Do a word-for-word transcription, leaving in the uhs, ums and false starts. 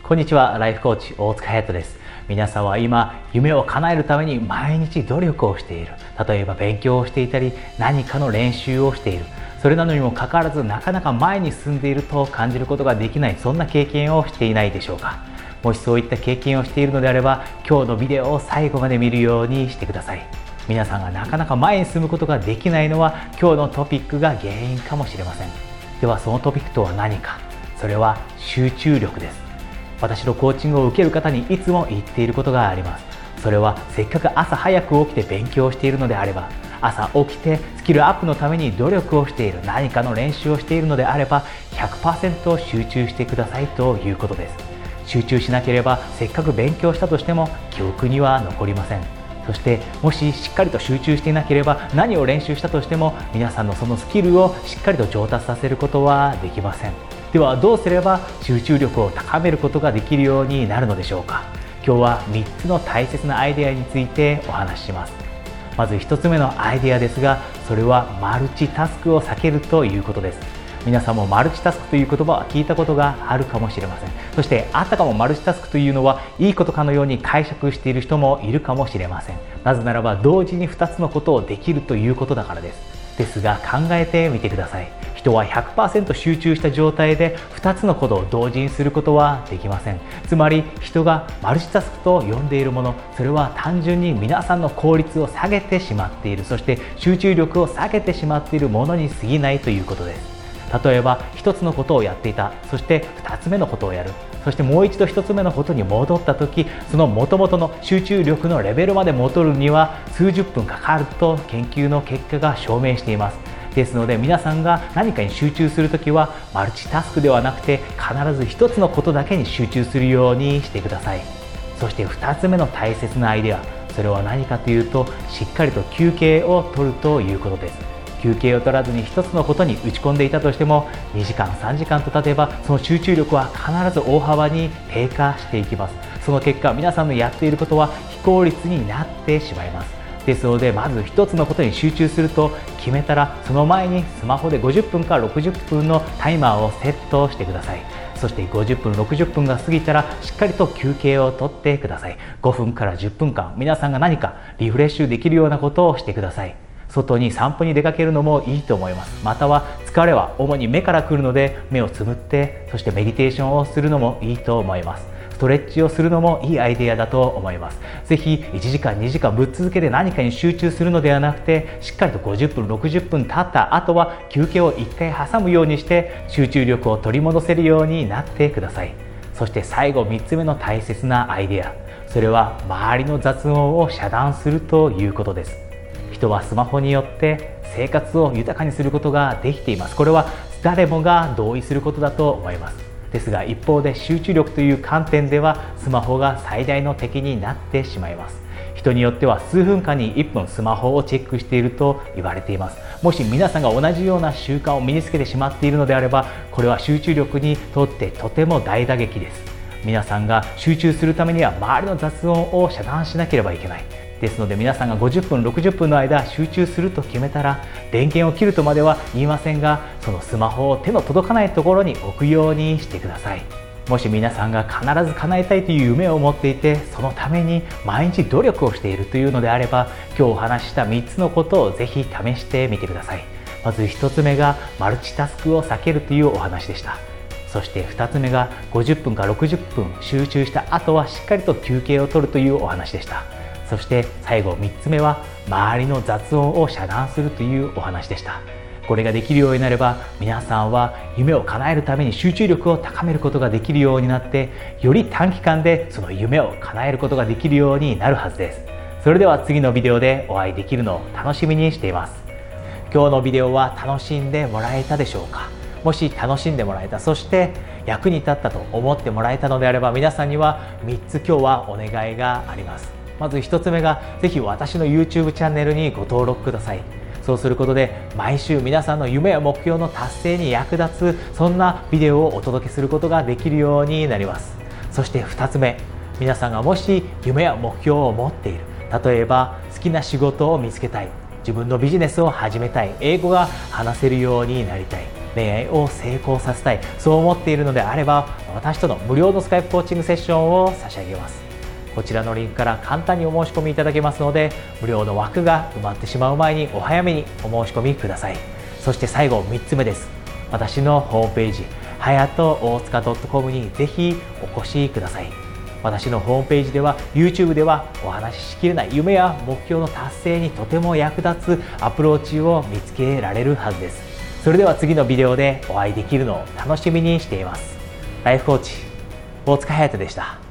こんにちは、ライフコーチ大塚隼人です。皆さんは今夢を叶えるために毎日努力をしている。例えば勉強をしていたり何かの練習をしている。それなのにもかかわらずなかなか前に進んでいると感じることができない、そんな経験をしていないでしょうか。もしそういった経験をしているのであれば、今日のビデオを最後まで見るようにしてください。皆さんがなかなか前に進むことができないのは今日のトピックが原因かもしれません。ではそのトピックとは何か。それは集中力です。私のコーチングを受ける方にいつも言っていることがあります。それはせっかく朝早く起きて勉強しているのであれば、朝起きてスキルアップのために努力をしている、何かの練習をしているのであれば ひゃくパーセント 集中してくださいということです。集中しなければせっかく勉強したとしても記憶には残りません。そしてもししっかりと集中していなければ、何を練習したとしても皆さんのそのスキルをしっかりと上達させることはできません。ではどうすれば集中力を高めることができるようになるのでしょうか。今日はみっつの大切なアイデアについてお話しします。まずひとつめのアイデアですが、それはマルチタスクを避けるということです。皆さんもマルチタスクという言葉は聞いたことがあるかもしれません。そしてあたかもマルチタスクというのはいいことかのように解釈している人もいるかもしれません。なぜならば同時にふたつのことをできるということだからです。ですが考えてみてください。人は ひゃくパーセント 集中した状態でふたつのことを同時にすることはできません。つまり人がマルチタスクと呼んでいるもの、それは単純に皆さんの効率を下げてしまっている、そして集中力を下げてしまっているものに過ぎないということです。例えばひとつのことをやっていた、そしてふたつめのことをやる、そしてもう一度ひとつめのことに戻った時、その元々の集中力のレベルまで戻るには数十分かかると研究の結果が証明しています。ですので皆さんが何かに集中するときはマルチタスクではなくて必ずひとつのことだけに集中するようにしてください。そしてふたつめの大切なアイデア、それは何かというと、しっかりと休憩を取るということです。休憩を取らずにひとつのことに打ち込んでいたとしてもにじかんさんじかんと経てばその集中力は必ず大幅に低下していきます。その結果皆さんのやっていることは非効率になってしまいます。ですのでまずひとつのことに集中すると決めたら、その前にスマホでごじゅっぷんからろくじゅっぷんのタイマーをセットしてください。そしてごじゅっぷんろくじゅっぷんが過ぎたらしっかりと休憩をとってください。ごふんからじゅっぷんかん皆さんが何かリフレッシュできるようなことをしてください。外に散歩に出かけるのもいいと思います。または疲れは主に目から来るので目をつむって、そしてメディテーションをするのもいいと思います。ストレッチをするのもいいアイデアだと思います。ぜひいちじかんにじかんぶっ続けて何かに集中するのではなくて、しっかりとごじゅっぷんろくじゅっぷん経った後は休憩をいっかい挟むようにして集中力を取り戻せるようになってください。そして最後みっつめの大切なアイデア、それは周りの雑音を遮断するということです。人はスマホによって生活を豊かにすることができています。これは誰もが同意することだと思います。ですが一方で集中力という観点ではスマホが最大の敵になってしまいます。人によっては数分間にいっぷんスマホをチェックしていると言われています。もし皆さんが同じような習慣を身につけてしまっているのであれば、これは集中力にとってとても大打撃です。皆さんが集中するためには周りの雑音を遮断しなければいけない。ですので皆さんがごじゅっぷんろくじゅっぷんの間集中すると決めたら、電源を切るとまでは言いませんが、そのスマホを手の届かないところに置くようにしてください。もし皆さんが必ず叶えたいという夢を持っていて、そのために毎日努力をしているというのであれば、今日お話ししたみっつのことをぜひ試してみてください。まずひとつめがマルチタスクを避けるというお話でした。そしてふたつめがごじゅっぷんからろくじゅっぷん集中した後はしっかりと休憩を取るというお話でした。そして最後みっつめは周りの雑音を遮断するというお話でした。これができるようになれば皆さんは夢を叶えるために集中力を高めることができるようになって、より短期間でその夢を叶えることができるようになるはずです。それでは次のビデオでお会いできるのを楽しみにしています。今日のビデオは楽しんでもらえたでしょうか。もし楽しんでもらえた、そして役に立ったと思ってもらえたのであれば、皆さんにはみっつ今日はお願いがあります。まずひとつめが、ぜひ私の YouTube チャンネルにご登録ください。そうすることで毎週皆さんの夢や目標の達成に役立つ、そんなビデオをお届けすることができるようになります。そしてふたつめ、皆さんがもし夢や目標を持っている、例えば好きな仕事を見つけたい、自分のビジネスを始めたい、英語が話せるようになりたい、 恋愛を成功させたい、そう思っているのであれば、私との無料のスカイプコーチングセッションを差し上げます。こちらのリンクから簡単にお申し込みいただけますので、無料の枠が埋まってしまう前にお早めにお申し込みください。そして最後みっつめです。私のホームページ、はやと大塚 .com にぜひお越しください。私のホームページでは YouTube ではお話ししきれない夢や目標の達成にとても役立つアプローチを見つけられるはずです。それでは次のビデオでお会いできるのを楽しみにしています。ライフコーチ大塚隼人でした。